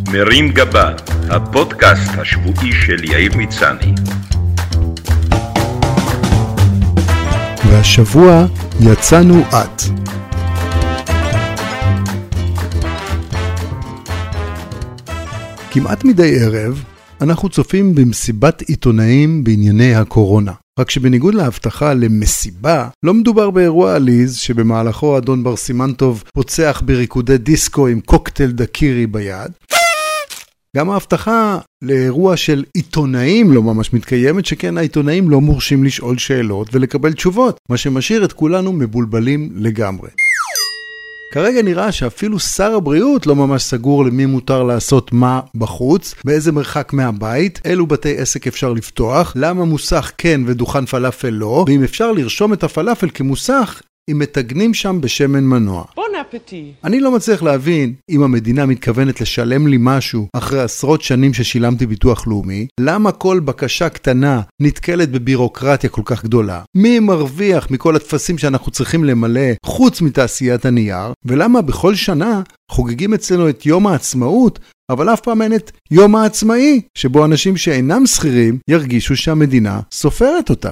מרים גבה, הפודקאסט השבועי של יאיר מצני. והשבוע יצאנו את. כמעט מדי ערב אנחנו צופים במסיבת עיתונאים בענייני הקורונה. רק שבניגוד להבטחה למסיבה, לא מדובר באירוע עליז שבמהלכו אדון בר סימנטוב פוצח בריקודי דיסקו עם קוקטייל דקירי ביד. גם ההבטחה לאירוע של עיתונאים לא ממש מתקיימת, שכן העיתונאים לא מורשים לשאול שאלות ולקבל תשובות, מה שמשאיר את כולנו מבולבלים לגמרי. כרגע נראה שאפילו שר הבריאות לא ממש סגור למי מותר לעשות מה בחוץ, באיזה מרחק מהבית, אילו בתי עסק אפשר לפתוח, למה מוסך כן ודוכן פלאפל לא, ואם אפשר לרשום את הפלאפל כמוסך, אם מתגנים שם בשמן מנוע. בון אפטי. אני לא מצליח להבין אם המדינה מתכוונת לשלם לי משהו אחרי עשרות שנים ששילמתי ביטוח לאומי, למה כל בקשה קטנה נתקלת בבירוקרטיה כל כך גדולה, מי מרוויח מכל התפסים שאנחנו צריכים למלא חוץ מתעשיית הנייר, ולמה בכל שנה חוגגים אצלנו את יום העצמאות, אבל אף פעם אין את יום העצמאי, שבו אנשים שאינם שכירים ירגישו שהמדינה סופרת אותם.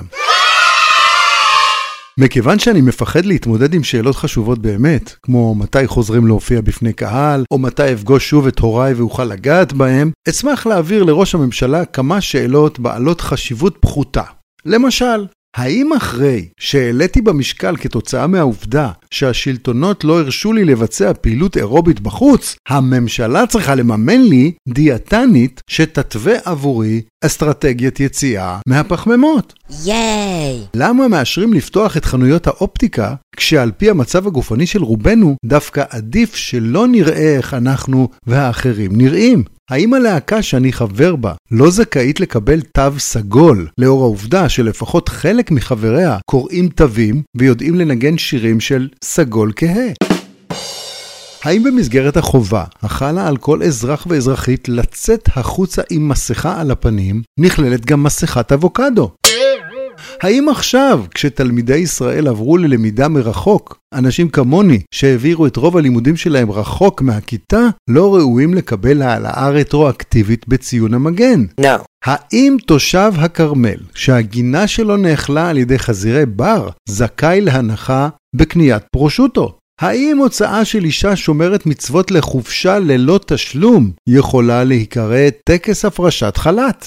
מכיוון שאני מפחד להתמודד עם שאלות חשובות באמת, כמו מתי חוזרים להופיע בפני קהל, או מתי אפגוש שוב את הוריי ואוכל לגעת בהם, אשמח להעביר לראש הממשלה כמה שאלות בעלות חשיבות פחותה. למשל, האם אחרי שהעליתי במשקל כתוצאה מהעובדה שהשלטונות לא הרשו לי לבצע פעילות אירובית בחוץ, הממשלה צריכה לממן לי דיאטנית שתתווה עבורי אסטרטגיית יציאה מהפחמימות? ייי! למה מאשרים לפתוח את חנויות האופטיקה, כשעל פי המצב הגופני של רובנו, דווקא עדיף שלא נראה איך אנחנו והאחרים נראים? האם הלהקה שאני חבר בה לא זכאית לקבל תו סגול, לאור העובדה שלפחות חלק מחבריה קוראים תווים ויודעים לנגן שירים של סגול כהה? האם במסגרת החובה החלה על כל אזרח ואזרחית לצאת החוצה עם מסכה על הפנים, נכללת גם מסכת אבוקדו? האם עכשיו, כשתלמידי ישראל עברו ללמידה מרחוק, אנשים כמוני שהעבירו את רוב הלימודים שלהם רחוק מהכיתה, לא ראויים לקבל העלאה רטרואקטיבית בציון המגן? No. האם תושב הכרמל שהגינה שלו נאכלה על ידי חזירי בר, זכאי להנחה בקניית פרושוטו? האם הוצאה של אישה שומרת מצוות לחופשה ללא תשלום יכולה להיקרא טקס הפרשת חל"ת?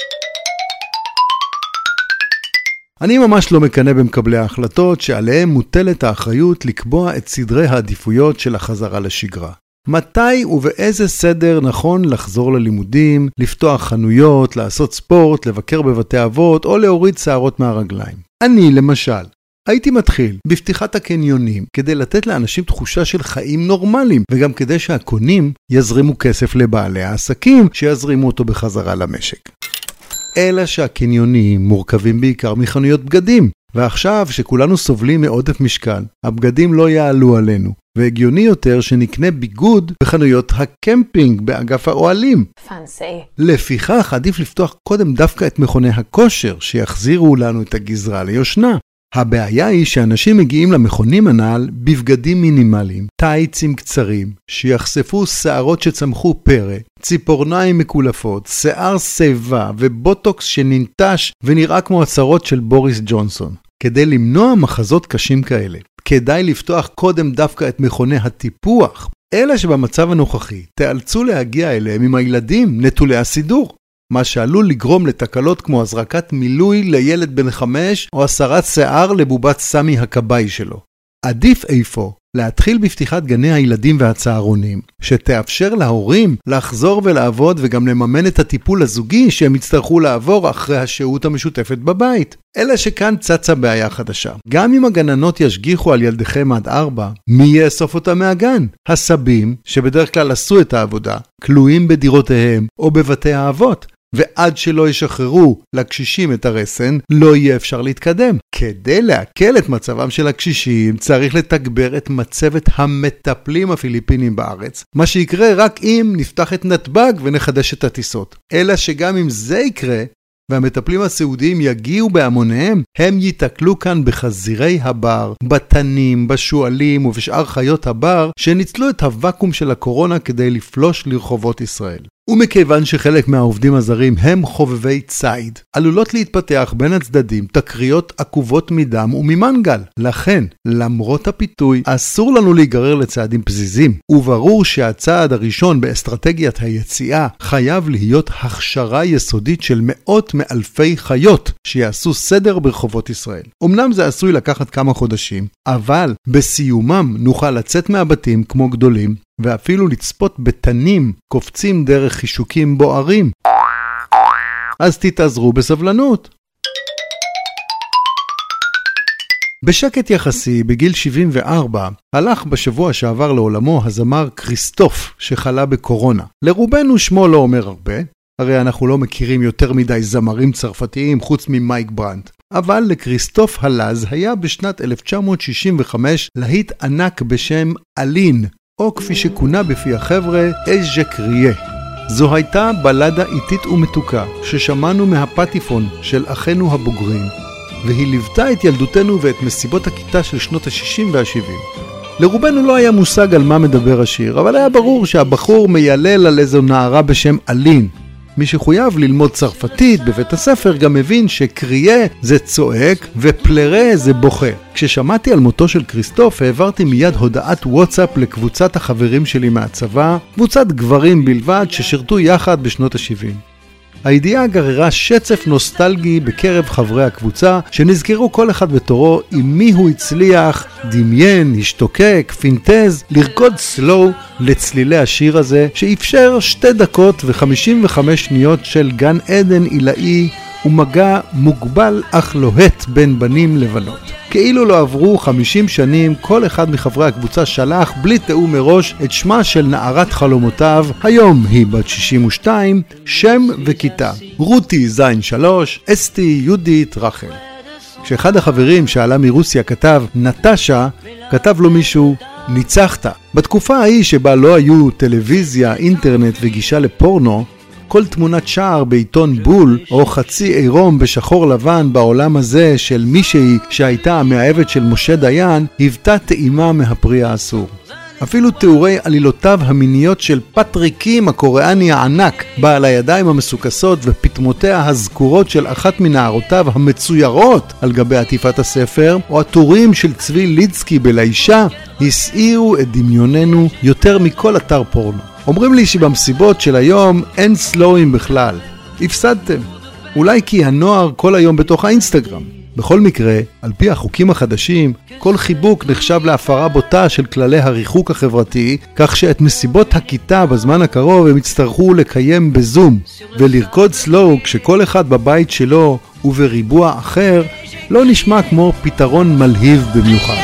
אני ממש לא מקנא במקבלי ההחלטות שעליהם מוטלת האחריות לקבוע את סדרי העדיפויות של החזרה לשגרה. מתי ובאיזה סדר נכון לחזור ללימודים, לפתוח חנויות, לעשות ספורט, לבקר בבתי אבות או להוריד שערות מהרגליים. אני למשל הייתי מתחיל בפתיחת הקניונים כדי לתת לאנשים תחושה של חיים נורמליים, וגם כדי שהקונים יזרימו כסף לבעלי העסקים שיזרימו אותו בחזרה למשק. אלא שהקניונים מורכבים בעיקר מחנויות בגדים, ועכשיו שכולנו סובלים מעודף משקל, הבגדים לא יעלו עלינו, והגיוני יותר שנקנה ביגוד בחנויות הקמפינג באגף האוהלים. פאנסי. לפיכך עדיף לפתוח קודם דווקא את מכוני הכושר שיחזירו לנו את הגזרה ליושנה. הבעיה היא שאנשים מגיעים למכונים הנעל בבגדים מינימליים, טייצים קצרים, שיחשפו שערות שצמחו פרא, ציפורניים מקולפות, שיער שיבה ובוטוקס שננטש ונראה כמו הצהרות של בוריס ג'ונסון. כדי למנוע מחזות קשים כאלה, כדאי לפתוח קודם דווקא את מכוני הטיפוח, אלא שבמצב הנוכחי תאלצו להגיע אליהם עם הילדים נטולי הסידור. מה שעלול לגרום לתקלות כמו הזרקת מילוי לילד בן 5 או הסרת שיער לבובת סמי הקבאי שלו. עדיף איפה להתחיל בפתיחת גני הילדים והצהרונים, שתאפשר להורים לחזור ולעבוד וגם לממן את הטיפול הזוגי שהם יצטרכו לעבור אחרי השהות המשותפת בבית. אלא שכאן צצה בעיה חדשה. גם אם הגננות ישגיחו על ילדיכם עד 4, מי יאסוף אותם מהגן? הסבים, שבדרך כלל עשו את העבודה, כלואים בדירותיהם או בבתי האבות. ועד שלא ישחררו לקשישים את הרסן, לא יהיה אפשר להתקדם. כדי להקל את מצבם של הקשישים, צריך לתגבר את מצבת המטפלים הפיליפינים בארץ, מה שיקרה רק אם נפתח את נתב"ג ונחדש את הטיסות. אלא שגם אם זה יקרה, והמטפלים הסיעודיים יגיעו בהמוניהם, הם ייתקלו כאן בחזירי הבר, בתנים, בשואלים ובשאר חיות הבר שניצלו את הוואקום של הקורונה כדי לפלוש לרחובות ישראל. ומכיוון שחלק מהעובדים הזרים הם חובבי ציד, עלולות להתפתח בין הצדדים תקריות עקובות מדם וממנגל. לכן, למרות הפיתוי, אסור לנו להיגרר לצעדים פזיזים, וברור שהצעד הראשון באסטרטגיית היציאה חייב להיות הכשרה יסודית של מאות מאלפי חיות שיעשו סדר ברחובות ישראל. אמנם זה עשוי לקחת כמה חודשים, אבל בסיומם נוכל לצאת מהבתים כמו גדולים, ואפילו לצפות בתנים קופצים דרך חישוקים בוערים. אז תתעזרו בסבלנות. בשקט יחסי, בגיל 74, הלך בשבוע שעבר לעולמו הזמר כריסטוף שחלה בקורונה. לרובנו שמו לא אומר הרבה, הרי אנחנו לא מכירים יותר מדי זמרים צרפתיים חוץ ממייק ברנט. אבל לכריסטוף הלז היה בשנת 1965 להיט ענק בשם אלין, או כפי שכונה בפי החבר'ה, איז'ה קריה. זו הייתה בלדה איטית ומתוקה ששמענו מהפטיפון של אחינו הבוגרים, והיא ליוותה את ילדותנו ואת מסיבות הכיתה של שנות ה-60 וה-70. לרובנו לא היה מושג על מה מדבר השיר, אבל היה ברור שהבחור מיילל על איזו נערה בשם אלין. מי שחויב ללמוד צרפתית בבית הספר גם מבין שקריה זה צועק ופלרה זה בוכה. כששמעתי על מותו של כריסטוף העברתי מיד הודעת וואטסאפ לקבוצת החברים שלי מהצבא, קבוצת גברים בלבד ששירתו יחד בשנות ה-70. הידיעה גררה שצף נוסטלגי בקרב חברי הקבוצה, שנזכרו כל אחד בתורו עם מי הוא הצליח, דמיין, השתוקק, פינטז, לרקוד סלו לצלילי השיר הזה, שאפשר 2 דקות ו55 שניות של גן עדן עילאי ומגע מוגבל אך לוהט בין בנים לבנות. כאילו לא עברו 50 שנים, כל אחד מחברי הקבוצה שלח בלי תיאום מראש את שמה של נערת חלומותיו, היום היא בת 62, שם וכיתה, רותי זין 3, אסתי, יהודית, רחל. כשאחד החברים שעלה מרוסיה כתב נטשה, כתב לו מישהו ניצחת. בתקופה ההיא שבה לא היו טלוויזיה, אינטרנט וגישה לפורנו, כל תמונת שער בעיתון בול או חצי עירום בשחור לבן בעולם הזה של מישהי שהייתה המאהבת של משה דיין היוותה טעימה מהפרי האסור. אפילו תיאורי עלילותיו המיניות של פטריקים הקוריאני הענק בעל הידיים המסוכסות ופתמותיה הזכורות של אחת מנערותיו המצוירות על גבי עטיפת הספר, או התורים של צבי לידסקי בלישה, הסעירו את דמיוננו יותר מכל אתר פורנו. אומרים לי שבמסיבות של היום אין סלואים בכלל. הפסדתם. אולי כי הנוער כל היום בתוך האינסטגרם. בכל מקרה, על פי החוקים החדשים, כל חיבוק נחשב להפרה בוטה של כללי הריחוק החברתי, כך שאת מסיבות הכיתה בזמן הקרוב הם יצטרכו לקיים בזום, ולרקוד סלואו כשכל אחד בבית שלו ובריבוע אחר, לא נשמע כמו פתרון מלהיב במיוחד.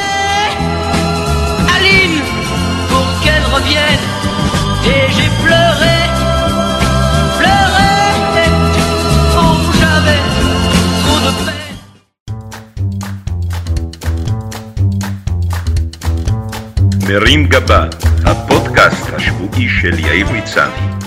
מרים גבה, הפודקאסט השבועי של יאיר מצני.